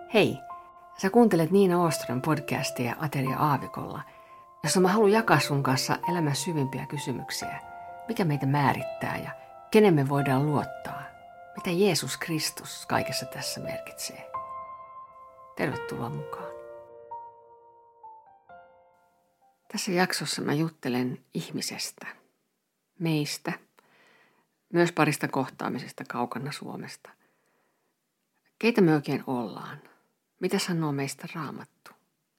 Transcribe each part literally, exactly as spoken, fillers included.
Hei, sä kuuntelet Niina Oostron podcastia Ateria Aavikolla, jossa mä haluan jakaa sun kanssa elämän syvimpiä kysymyksiä. Mikä meitä määrittää ja kenen me voidaan luottaa? Mitä Jeesus Kristus kaikessa tässä merkitsee? Tervetuloa mukaan. Tässä jaksossa mä juttelen ihmisestä, meistä, myös parista kohtaamisesta kaukana Suomesta. Keitä me oikein ollaan? Mitä sanoo meistä Raamattu?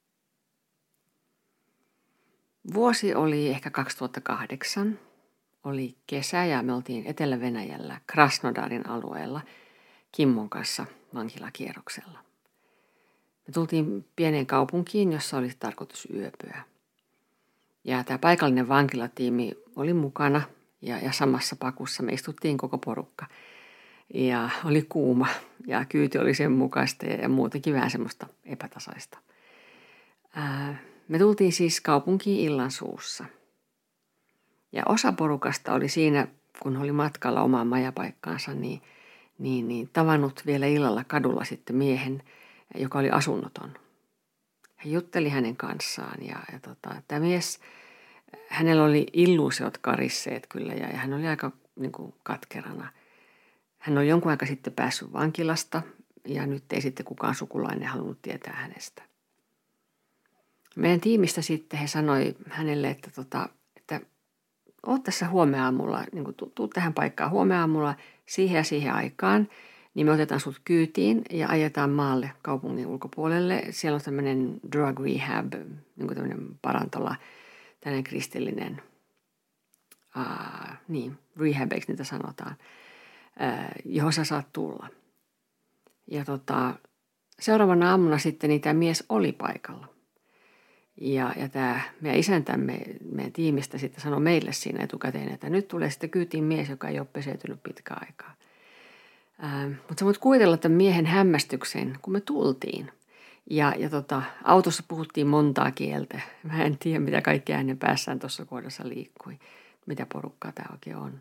Vuosi oli ehkä kaksituhattakahdeksan. Oli kesä ja me oltiin Etelä-Venäjällä Krasnodarin alueella Kimmon kanssa vankilakierroksella. Me tultiin pieneen kaupunkiin, jossa oli tarkoitus yöpyä. Ja tämä paikallinen vankilatiimi oli mukana ja, ja samassa pakussa me istuttiin koko porukka. Ja oli kuuma ja kyyti oli sen mukaista ja, ja muutenkin vähän semmoista epätasaista. Ää, me tultiin siis kaupunkiin illan suussa. Ja osa porukasta oli siinä, kun oli matkalla omaan majapaikkaansa, niin, niin, niin tavannut vielä illalla kadulla sitten miehen, joka oli asunnoton. Hän jutteli hänen kanssaan ja, ja tota, tämä mies, hänellä oli illuusiot karisseet kyllä ja, ja hän oli aika niin kuin katkerana. Hän oli jonkun aika sitten päässyt vankilasta ja nyt ei sitten kukaan sukulainen halunnut tietää hänestä. Meidän tiimistä sitten he sanoi hänelle, että, tota, että oot tässä huomenaamulla, niin kuin tuu tähän paikkaan huomenaamulla siihen ja siihen aikaan, niin me otetaan sut kyytiin ja ajetaan maalle kaupungin ulkopuolelle. Siellä on tämmöinen drug rehab, niin kuin tämmöinen parantola, tämmöinen kristillinen, uh, niin, rehab, eikö niitä sanotaan, uh, johon sä saat tulla. Ja tota, seuraavana aamuna sitten niin tämä mies oli paikalla. Ja, ja tämä meidän isäntämme, meidän tiimistä sitten sanoi meille siinä etukäteen, että nyt tulee sitten kyytiin mies, joka ei ole peseytynyt pitkään aikaa. Ää, mutta sä voit kuvitella tämän miehen hämmästyksen, kun me tultiin. Ja, ja tota, autossa puhuttiin montaa kieltä. Mä en tiedä, mitä kaikkea hänen päässään tuossa kohdassa liikkui. Mitä porukkaa tämä oikein on.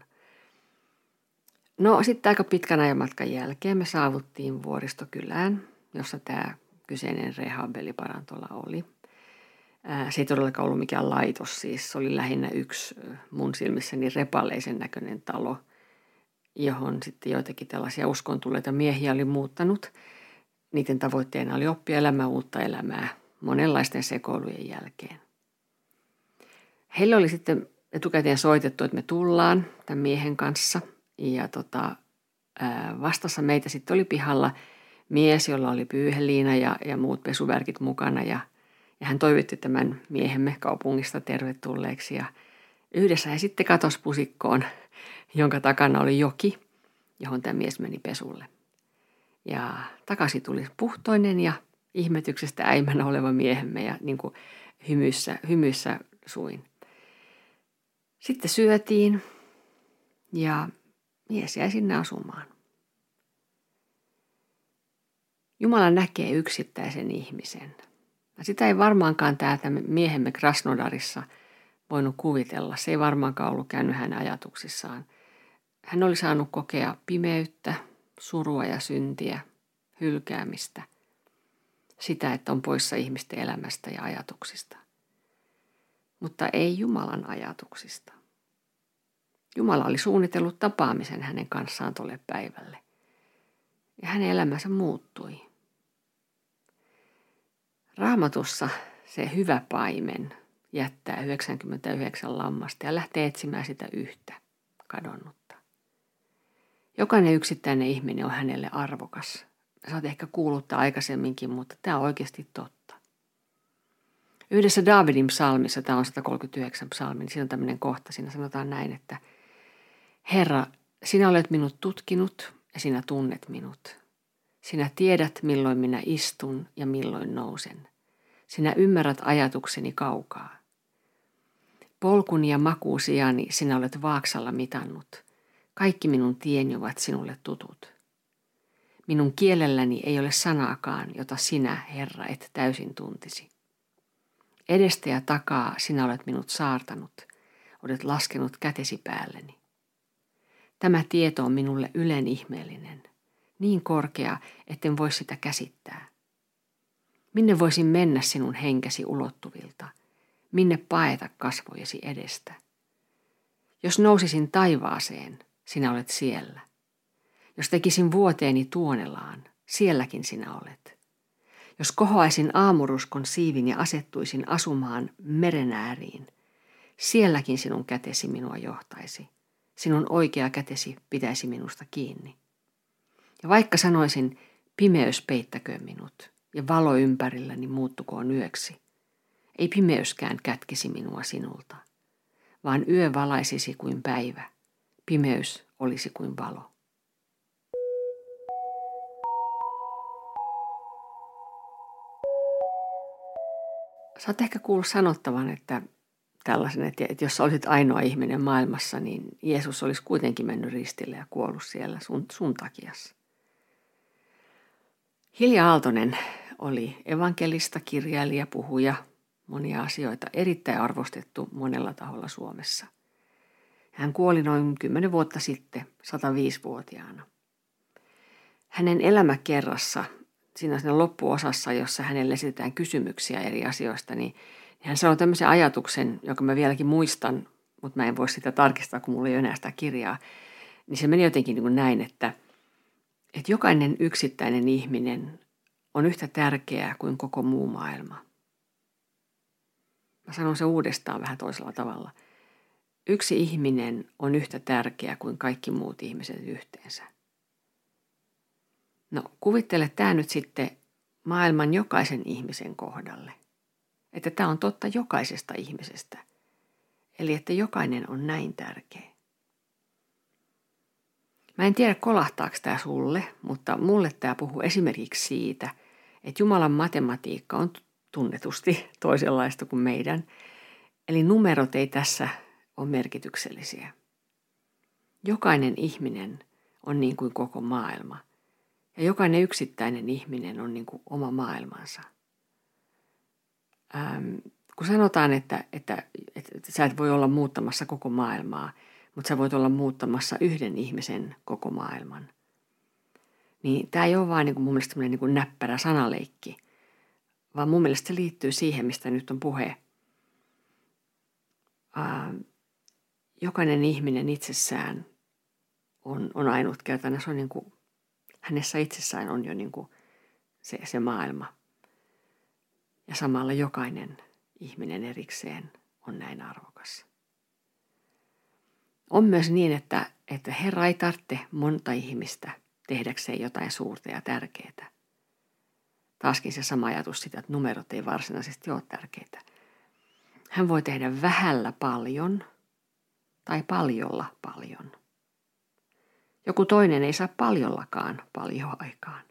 No sitten aika pitkän ajomatkan jälkeen me saavuttiin Vuoristokylään, jossa tämä kyseinen rehabiliparantola oli. Se ei todellakaan ollut mikään laitos, siis se oli lähinnä yksi mun silmissäni repaleisen näköinen talo, johon sitten joitakin tällaisia uskontulleita miehiä oli muuttanut. Niiden tavoitteena oli oppia elämää uutta elämää monenlaisten sekoilujen jälkeen. Heille oli sitten etukäteen soitettu, että me tullaan tämän miehen kanssa ja tota, vastassa meitä sitten oli pihalla mies, jolla oli pyyheliina ja, ja muut pesuvärkit mukana ja Ja hän toivotti tämän miehemme kaupungista tervetulleeksi ja yhdessä he sitten katosi pusikkoon, jonka takana oli joki, johon tämä mies meni pesulle. Ja takaisin tuli puhtoinen ja ihmetyksestä äimänä oleva miehemme ja niin kuin hymyissä, hymyissä suin. Sitten syötiin ja mies jäi sinne asumaan. Jumala näkee yksittäisen ihmisen. Sitä ei varmaankaan täältä miehemme Krasnodarissa voinut kuvitella. Se ei varmaankaan ollut käynyt hänen ajatuksissaan. Hän oli saanut kokea pimeyttä, surua ja syntiä, hylkäämistä. Sitä, että on poissa ihmisten elämästä ja ajatuksista. Mutta ei Jumalan ajatuksista. Jumala oli suunnitellut tapaamisen hänen kanssaan tolle päivälle. Ja hänen elämänsä muuttui. Raamatussa se hyvä paimen jättää yhdeksänkymmentäyhdeksän lammasta ja lähtee etsimään sitä yhtä kadonnutta. Jokainen yksittäinen ihminen on hänelle arvokas. Sä oot ehkä kuullut tämän aikaisemminkin, mutta tämä on oikeasti totta. Yhdessä Daavidin psalmissa, tämä on sata kolmekymmentäyhdeksän psalmi, niin siinä on tämmöinen kohta. Siinä sanotaan näin, että Herra, sinä olet minut tutkinut ja sinä tunnet minut. Sinä tiedät, milloin minä istun ja milloin nousen. Sinä ymmärrät ajatukseni kaukaa. Polkuni ja makuusijani sinä olet vaaksalla mitannut. Kaikki minun tieni ovat sinulle tutut. Minun kielelläni ei ole sanaakaan, jota sinä, Herra, et täysin tuntisi. Edestä ja takaa sinä olet minut saartanut, olet laskenut kätesi päälleni. Tämä tieto on minulle ylen ihmeellinen. Niin korkea, etten voi sitä käsittää. Minne voisin mennä sinun henkesi ulottuvilta? Minne paeta kasvojesi edestä? Jos nousisin taivaaseen, sinä olet siellä. Jos tekisin vuoteeni Tuonelaan, sielläkin sinä olet. Jos kohoaisin aamuruskon siivin ja asettuisin asumaan meren ääriin, sielläkin sinun kätesi minua johtaisi. Sinun oikea kätesi pitäisi minusta kiinni. Ja vaikka sanoisin, pimeys peittäköön minut ja valo ympärilläni muuttukoon yöksi, ei pimeyskään kätkisi minua sinulta, vaan yö valaisisi kuin päivä, pimeys olisi kuin valo. Sä oot ehkä kuullut sanottavan, että tällaisen, että jos olisit ainoa ihminen maailmassa, niin Jeesus olisi kuitenkin mennyt ristille ja kuollut siellä sun, sun takias. Hilja Aaltonen oli evankelista, kirjailija, puhuja, monia asioita, erittäin arvostettu monella taholla Suomessa. Hän kuoli noin kymmenen vuotta sitten, sataviisivuotiaana. Hänen elämäkerrassa, siinä, siinä loppuosassa, jossa hänelle esitetään kysymyksiä eri asioista, niin hän sanoi tämmöisen ajatuksen, joka mä vieläkin muistan, mutta mä en voi sitä tarkistaa, kun mulla ei ole enää sitä kirjaa. Niin se meni jotenkin niin kuin näin, että, että jokainen yksittäinen ihminen on yhtä tärkeää kuin koko muu maailma. Mä sanon se uudestaan vähän toisella tavalla. Yksi ihminen on yhtä tärkeä kuin kaikki muut ihmiset yhteensä. No kuvittele tämä nyt sitten maailman jokaisen ihmisen kohdalle. Että tämä on totta jokaisesta ihmisestä. Eli että jokainen on näin tärkeä. Mä en tiedä kolahtaako tämä sulle, mutta mulle tämä puhuu esimerkiksi siitä, että Jumalan matematiikka on tunnetusti toisenlaista kuin meidän. Eli numerot ei tässä ole merkityksellisiä. Jokainen ihminen on niin kuin koko maailma. Ja jokainen yksittäinen ihminen on niin kuin oma maailmansa. Ähm, kun sanotaan, että, että, että, että sä et voi olla muuttamassa koko maailmaa, mutta sä voit olla muuttamassa yhden ihmisen koko maailman. Niin tämä ei ole vaan niin kuin mun mielestä niin kuin näppärä sanaleikki, vaan mun mielestä se liittyy siihen, mistä nyt on puhe. Ähm, jokainen ihminen itsessään on, on ainutkertainen. Se on niin kuin, hänessä itsessään on jo niin kuin se, se maailma. Ja samalla jokainen ihminen erikseen on näin arvokas. On myös niin, että, että Herra ei tarvitse monta ihmistä tehdäkseen jotain suurta ja tärkeää. Taaskin se sama ajatus sitä, että numerot ei varsinaisesti ole tärkeitä. Hän voi tehdä vähällä paljon tai paljolla paljon. Joku toinen ei saa paljollakaan paljon aikaan.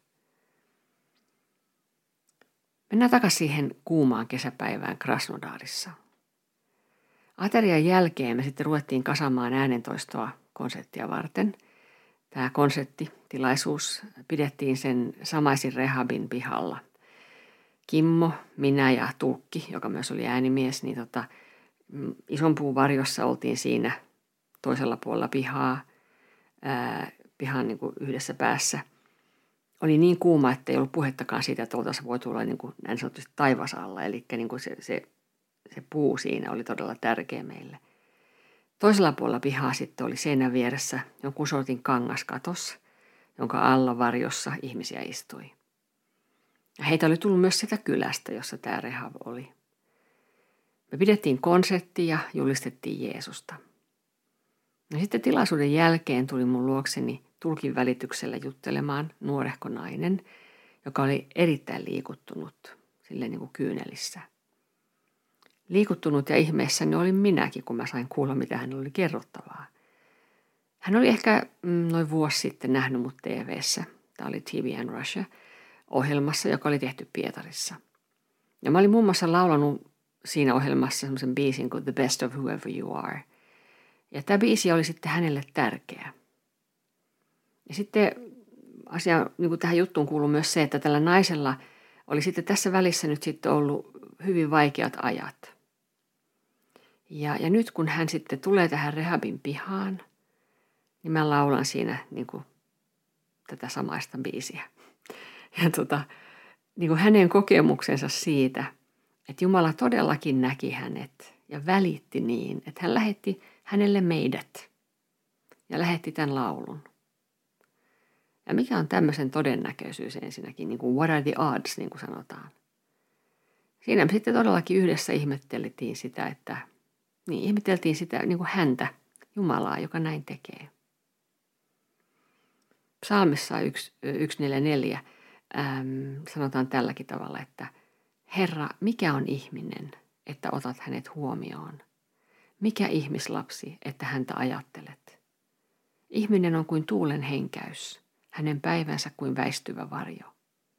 Mennään takaisin siihen kuumaan kesäpäivään Krasnodarissa. Aterian jälkeen me sitten ruvettiin kasaamaan äänentoistoa konserttia varten. Tämä konserttitilaisuus pidettiin sen samaisin Rehabin pihalla. Kimmo, minä ja Tulkki, joka myös oli äänimies, niin tota, ison puun varjossa oltiin siinä toisella puolella pihaa, ää, pihan niin kuin yhdessä päässä. Oli niin kuuma, että ei ollut puhettakaan siitä, että oltaisiin voitu olla niin kuin näin sanotusti taivasalla. Eli niin kuin se, se, se puu siinä oli todella tärkeä meille. Toisella puolella pihaa sitten oli seinän vieressä jonkun sortin kangaskatos, jonka alla varjossa ihmisiä istui. Ja heitä oli tullut myös sitä kylästä, jossa tämä Rehab oli. Me pidettiin konsertti ja julistettiin Jeesusta. No sitten tilaisuuden jälkeen tuli mun luokseni tulkin välityksellä juttelemaan nuorehko nainen, joka oli erittäin liikuttunut, silleen niin kuin kyynelissä. Liikuttunut ja ihmeessäni olin minäkin, kun mä sain kuulla, mitä hän oli kerrottavaa. Hän oli ehkä noin vuosi sitten nähnyt mut T V:ssä, tämä oli T V and Russia, ohjelmassa, joka oli tehty Pietarissa. Ja mä olin muun muassa laulanut siinä ohjelmassa semmoisen biisin kuin The Best of Whoever You Are. Ja tämä biisi oli sitten hänelle tärkeä. Ja sitten asia, niin kuin tähän juttuun kuuluu myös se, että tällä naisella oli sitten tässä välissä nyt sitten ollut hyvin vaikeat ajat. Ja, ja nyt kun hän sitten tulee tähän Rehabin pihaan, niin mä laulan siinä niin kuin tätä samaista biisiä. Ja tota, niin kuin hänen kokemuksensa siitä, että Jumala todellakin näki hänet ja välitti niin, että hän lähetti hänelle meidät ja lähetti tämän laulun. Ja mikä on tämmöisen todennäköisyys ensinnäkin, niin kuin what are the odds, niin kuin sanotaan. Siinä me sitten todellakin yhdessä ihmetteltiin sitä, että niin ihmeteltiin sitä niin kuin häntä, Jumalaa, joka näin tekee. Psalmissa yksi neljäkymmentäneljä äm, sanotaan tälläkin tavalla, että Herra, mikä on ihminen, että otat hänet huomioon? Mikä ihmislapsi, että häntä ajattelet? Ihminen on kuin tuulen henkäys, hänen päivänsä kuin väistyvä varjo.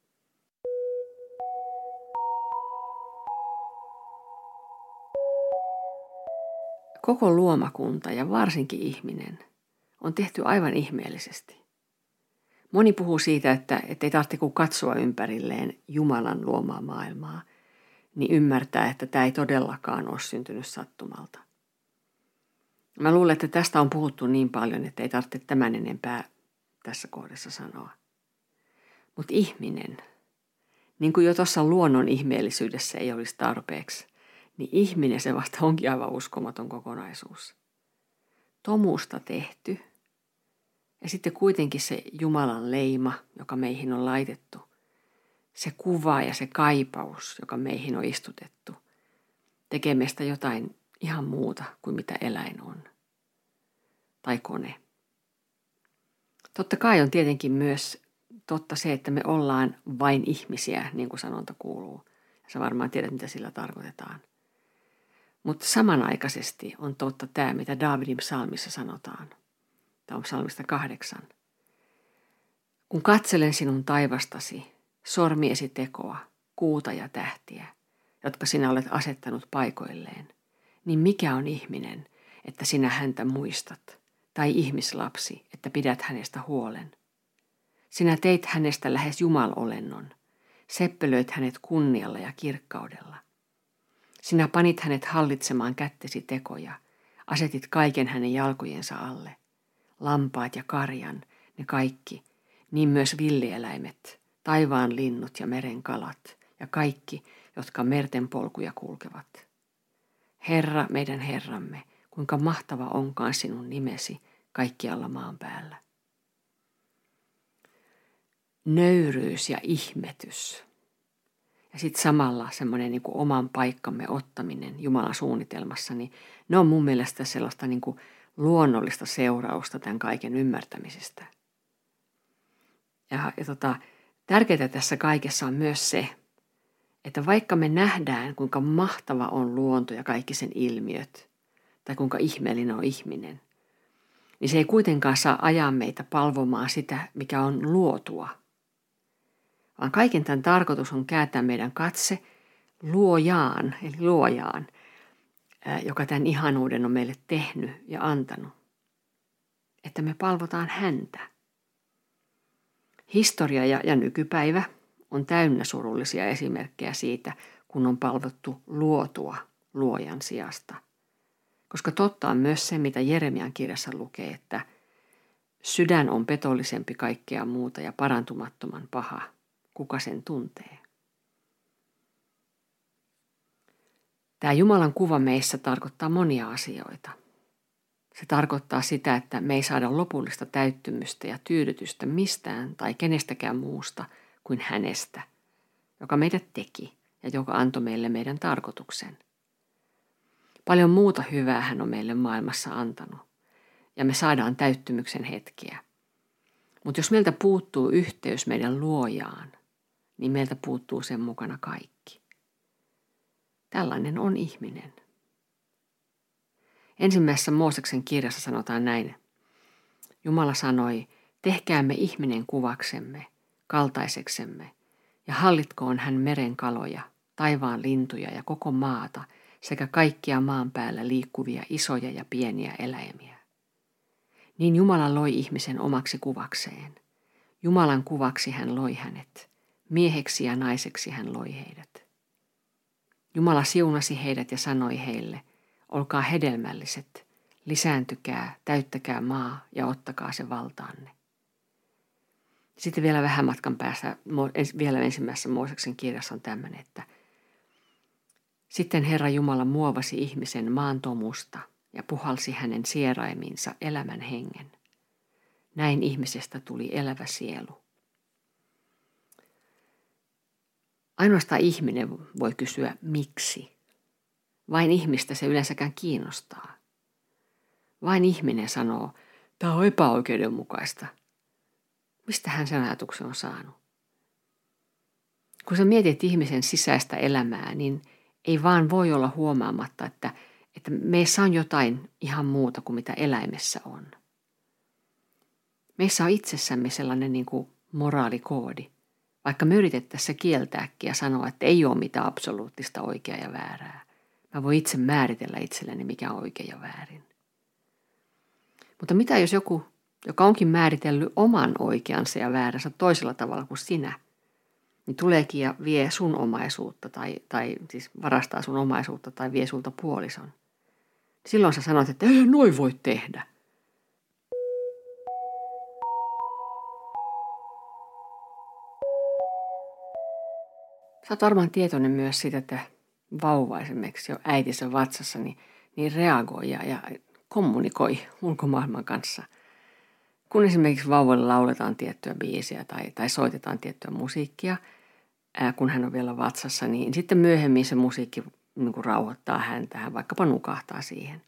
Koko luomakunta ja varsinkin ihminen on tehty aivan ihmeellisesti. Moni puhuu siitä, että, että ei tarvitse kuin katsoa ympärilleen Jumalan luomaa maailmaa, niin ymmärtää, että tämä ei todellakaan ole syntynyt sattumalta. Mä luulen, että tästä on puhuttu niin paljon, että ei tarvitse tämän enempää tässä kohdassa sanoa. Mutta ihminen, niin kuin jo tuossa luonnon ihmeellisyydessä ei olisi tarpeeksi, niin ihminen se vasta onkin aivan uskomaton kokonaisuus. Tomusta tehty ja sitten kuitenkin se Jumalan leima, joka meihin on laitettu. Se kuva ja se kaipaus, joka meihin on istutettu, tekee meistä jotain ihan muuta kuin mitä eläin on. Tai kone. Totta kai on tietenkin myös totta se, että me ollaan vain ihmisiä, niin kuin sanonta kuuluu. Sä varmaan tiedät, mitä sillä tarkoitetaan. Mutta samanaikaisesti on totta tämä, mitä Daavidin psalmissa sanotaan. Tämä on psalmista kahdeksan. Kun katselen sinun taivastasi, sormiesi tekoa, kuuta ja tähtiä, jotka sinä olet asettanut paikoilleen, niin mikä on ihminen, että sinä häntä muistat, tai ihmislapsi, että pidät hänestä huolen? Sinä teit hänestä lähes jumalolennon, seppelöit hänet kunnialla ja kirkkaudella. Sinä panit hänet hallitsemaan kättesi tekoja, asetit kaiken hänen jalkojensa alle, lampaat ja karjan, ne kaikki, niin myös villieläimet, taivaan linnut ja meren kalat ja kaikki, jotka merten polkuja kulkevat. Herra, meidän Herramme, kuinka mahtava onkaan sinun nimesi kaikkialla maan päällä. Nöyryys ja ihmetys. Ja sitten samalla semmoinen niin kuin oman paikkamme ottaminen Jumalan suunnitelmassa, niin ne on mun mielestä sellaista niin kuin luonnollista seurausta tämän kaiken ymmärtämisestä. Ja, ja tota, tärkeää tässä kaikessa on myös se, että vaikka me nähdään, kuinka mahtava on luonto ja kaikki sen ilmiöt, tai kuinka ihmeellinen on ihminen, niin se ei kuitenkaan saa ajaa meitä palvomaan sitä, mikä on luotua. Vaan kaiken tämän tarkoitus on kääntää meidän katse luojaan, eli luojaan, joka tämän ihanuuden on meille tehnyt ja antanut. Että me palvotaan häntä. Historia ja, ja nykypäivä on täynnä surullisia esimerkkejä siitä, kun on palvottu luotua luojan sijasta. Koska totta on myös se, mitä Jeremian kirjassa lukee, että sydän on petollisempi kaikkea muuta ja parantumattoman paha. Kuka sen tuntee? Tämä Jumalan kuva meissä tarkoittaa monia asioita. Se tarkoittaa sitä, että me ei saada lopullista täyttymystä ja tyydytystä mistään tai kenestäkään muusta kuin hänestä, joka meidät teki ja joka antoi meille meidän tarkoituksen. Paljon muuta hyvää hän on meille maailmassa antanut ja me saadaan täyttymyksen hetkiä. Mutta jos meiltä puuttuu yhteys meidän luojaan, niin meiltä puuttuu sen mukana kaikki. Tällainen on ihminen. Ensimmäisessä Mooseksen kirjassa sanotaan näin. Jumala sanoi, tehkäämme ihminen kuvaksemme, kaltaiseksemme, ja hallitkoon hän meren kaloja, taivaan lintuja ja koko maata, sekä kaikkia maan päällä liikkuvia isoja ja pieniä eläimiä. Niin Jumala loi ihmisen omaksi kuvakseen. Jumalan kuvaksi hän loi hänet. Mieheksi ja naiseksi hän loi heidät. Jumala siunasi heidät ja sanoi heille, olkaa hedelmälliset, lisääntykää, täyttäkää maa ja ottakaa se valtaanne. Sitten vielä vähän matkan päässä, vielä ensimmäisessä Mooseksen kirjassa on tämmöinen, että sitten Herra Jumala muovasi ihmisen maan tomusta ja puhalsi hänen sieraimiinsa elämän hengen. Näin ihmisestä tuli elävä sielu. Ainoastaan ihminen voi kysyä miksi. Vain ihmistä se yleensäkään kiinnostaa. Vain ihminen sanoo, tämä on epäoikeudenmukaista. Mistä hän sen ajatuksen on saanut? Kun sä mietit ihmisen sisäistä elämää, niin ei vaan voi olla huomaamatta, että, että meissä on jotain ihan muuta kuin mitä eläimessä on. Meissä on itsessämme sellainen niin kuin moraalikoodi, vaikka me yritettäisiin kieltääkin ja sanoa, että ei ole mitään absoluuttista oikeaa ja väärää. Mä voin itse määritellä itselleni, mikä on oikein ja väärin. Mutta mitä jos joku, joka onkin määritellyt oman oikeansa ja vääränsä toisella tavalla kuin sinä, niin tuleekin ja vie sun omaisuutta tai, tai siis varastaa sun omaisuutta tai vie sulta puolison. Silloin sä sanot, että ei noin voi tehdä. Sä oot varmaan tietoinen myös siitä, että vauva esimerkiksi jo äitinsä vatsassa niin, niin reagoi ja, ja kommunikoi ulkomaailman kanssa. Kun esimerkiksi vauvalle lauletaan tiettyä biisiä tai, tai soitetaan tiettyä musiikkia, ää, kun hän on vielä vatsassa, niin sitten myöhemmin se musiikki niin kuin rauhoittaa häntä, hän vaikkapa nukahtaa siihen.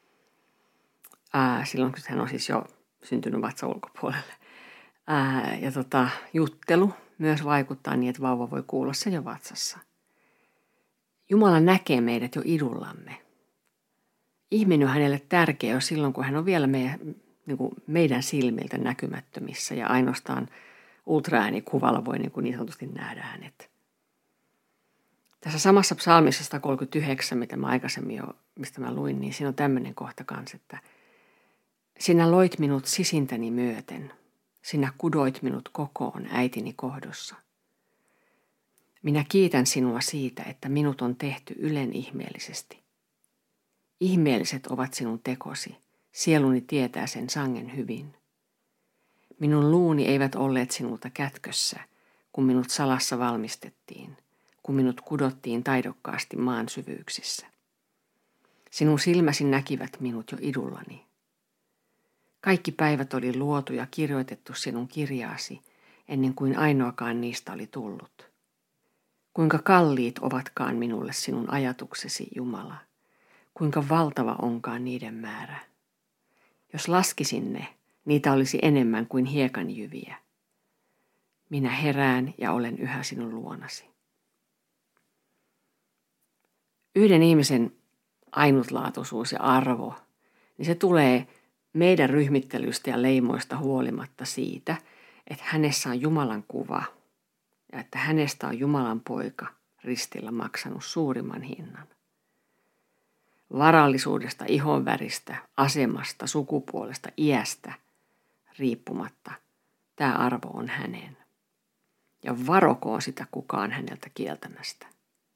Ää, silloin kun hän on siis jo syntynyt vatsan ulkopuolelle. Ää, ja tota, juttelu myös vaikuttaa niin, että vauva voi kuulla sen jo vatsassa. Jumala näkee meidät jo idullamme. Ihminen on hänelle tärkeä jo silloin, kun hän on vielä meidän, niin kuin meidän silmiltä näkymättömissä ja ainoastaan ultraäänikuvalla voi niin, kuin niin sanotusti nähdä hänet. Tässä samassa psalmissa sata kolmekymmentäyhdeksän, mitä mä aikaisemmin jo, mistä mä luin, niin siinä on tämmöinen kohta kanssa, että sinä loit minut sisintäni myöten, sinä kudoit minut kokoon äitini kohdossa. Minä kiitän sinua siitä, että minut on tehty ylen ihmeellisesti. Ihmeelliset ovat sinun tekosi, sieluni tietää sen sangen hyvin. Minun luuni eivät olleet sinulta kätkössä, kun minut salassa valmistettiin, kun minut kudottiin taidokkaasti maan syvyyksissä. Sinun silmäsi näkivät minut jo idullani. Kaikki päivät oli luotu ja kirjoitettu sinun kirjaasi, ennen kuin ainoakaan niistä oli tullut. Kuinka kalliit ovatkaan minulle sinun ajatuksesi, Jumala, kuinka valtava onkaan niiden määrä. Jos laskisin ne, niitä olisi enemmän kuin hiekanjyviä. Minä herään ja olen yhä sinun luonasi. Yhden ihmisen ainutlaatuisuus ja arvo, niin se tulee meidän ryhmittelystä ja leimoista huolimatta siitä, että hänessä on Jumalan kuva ja että hänestä on Jumalan poika ristillä maksanut suurimman hinnan. Varallisuudesta, ihonväristä, asemasta, sukupuolesta, iästä riippumatta tämä arvo on hänen. Ja varokoon sitä kukaan häneltä kieltämästä.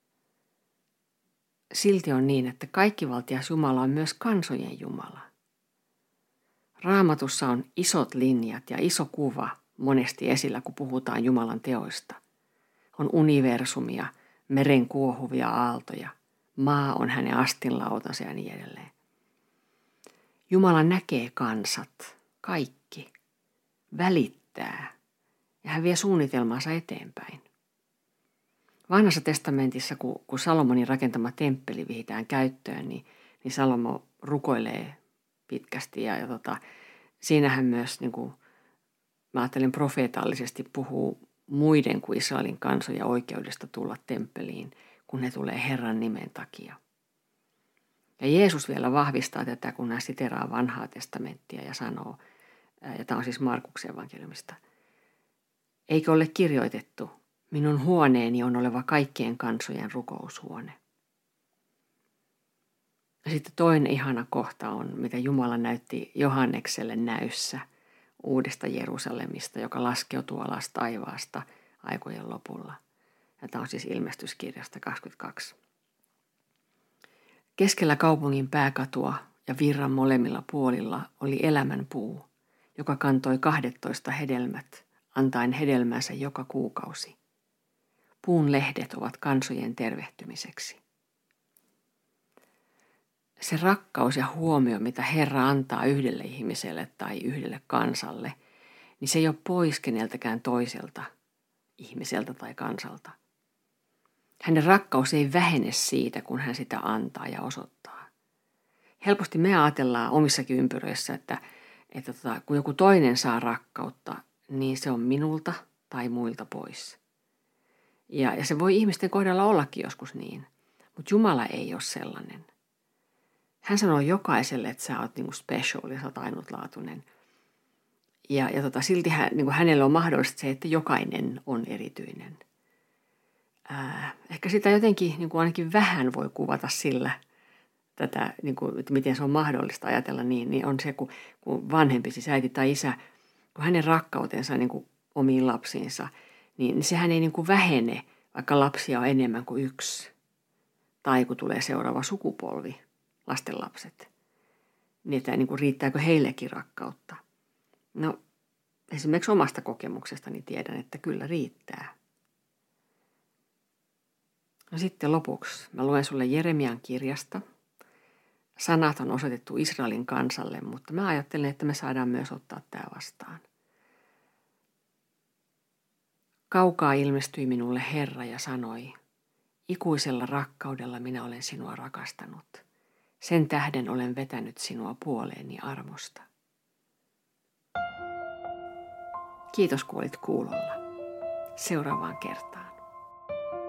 Silti on niin, että kaikkivaltias Jumala on myös kansojen Jumala. Raamatussa on isot linjat ja iso kuva monesti esillä, kun puhutaan Jumalan teoista. On universumia, meren kuohuvia aaltoja, maa on hänen astinlautansa ja niin edelleen. Jumala näkee kansat, kaikki, välittää ja hän vie suunnitelmansa eteenpäin. Vanhassa testamentissa, kun, kun Salomonin rakentama temppeli vihitään käyttöön, niin, niin Salomo rukoilee pitkästi ja, ja tota, siinä hän myös, niin kuin, mä ajattelen profeetallisesti, puhuu muiden kuin Israelin kansoja oikeudesta tulla temppeliin, kun he tulee Herran nimen takia. Ja Jeesus vielä vahvistaa tätä, kun hän siteraa vanhaa testamenttia ja sanoo, ja tämä on siis Markuksen evankeliumista, eikö ole kirjoitettu, minun huoneeni on oleva kaikkien kansojen rukoushuone. Ja sitten toinen ihana kohta on, mitä Jumala näytti Johannekselle näyssä uudesta Jerusalemista, joka laskeutuu alas taivaasta aikojen lopulla. Ja tämä on siis ilmestyskirjasta kaksikymmentäkaksi. Keskellä kaupungin pääkatua ja virran molemmilla puolilla oli elämän puu, joka kantoi kahdettoista hedelmät, antaen hedelmänsä joka kuukausi. Puun lehdet ovat kansojen tervehtymiseksi. Se rakkaus ja huomio, mitä Herra antaa yhdelle ihmiselle tai yhdelle kansalle, niin se ei ole pois keneltäkään toiselta ihmiseltä tai kansalta. Hänen rakkaus ei vähene siitä, kun hän sitä antaa ja osoittaa. Helposti me ajatellaan omissakin ympyröissä, että, että tota, kun joku toinen saa rakkautta, niin se on minulta tai muilta pois. Ja, ja se voi ihmisten kohdalla ollakin joskus niin, mutta Jumala ei ole sellainen. Hän sanoo jokaiselle, että sä oot niinku special ja sä oot ainutlaatuinen. Ja, ja tota, silti hän, niinku hänelle on mahdollista se, että jokainen on erityinen. Ää, ehkä sitä jotenkin niinku ainakin vähän voi kuvata sillä, tätä, niinku, että miten se on mahdollista ajatella niin, niin on se, kun, kun vanhempi, siis äiti tai isä, kun hänen rakkautensa niinku omiin lapsiinsa, niin, niin sehän ei niinku vähene, vaikka lapsia on enemmän kuin yksi. Tai kun tulee seuraava sukupolvi, lastenlapset, niin että niin kuin riittääkö heillekin rakkautta. No esimerkiksi omasta kokemuksestani tiedän, että kyllä riittää. No sitten lopuksi mä luen sulle Jeremian kirjasta. Sanat on osoitettu Israelin kansalle, mutta mä ajattelen, että me saadaan myös ottaa tämä vastaan. Kaukaa ilmestyi minulle Herra ja sanoi, ikuisella rakkaudella minä olen sinua rakastanut. Sen tähden olen vetänyt sinua puoleeni armosta. Kiitos kun olit kuulolla. Seuraavaan kertaan.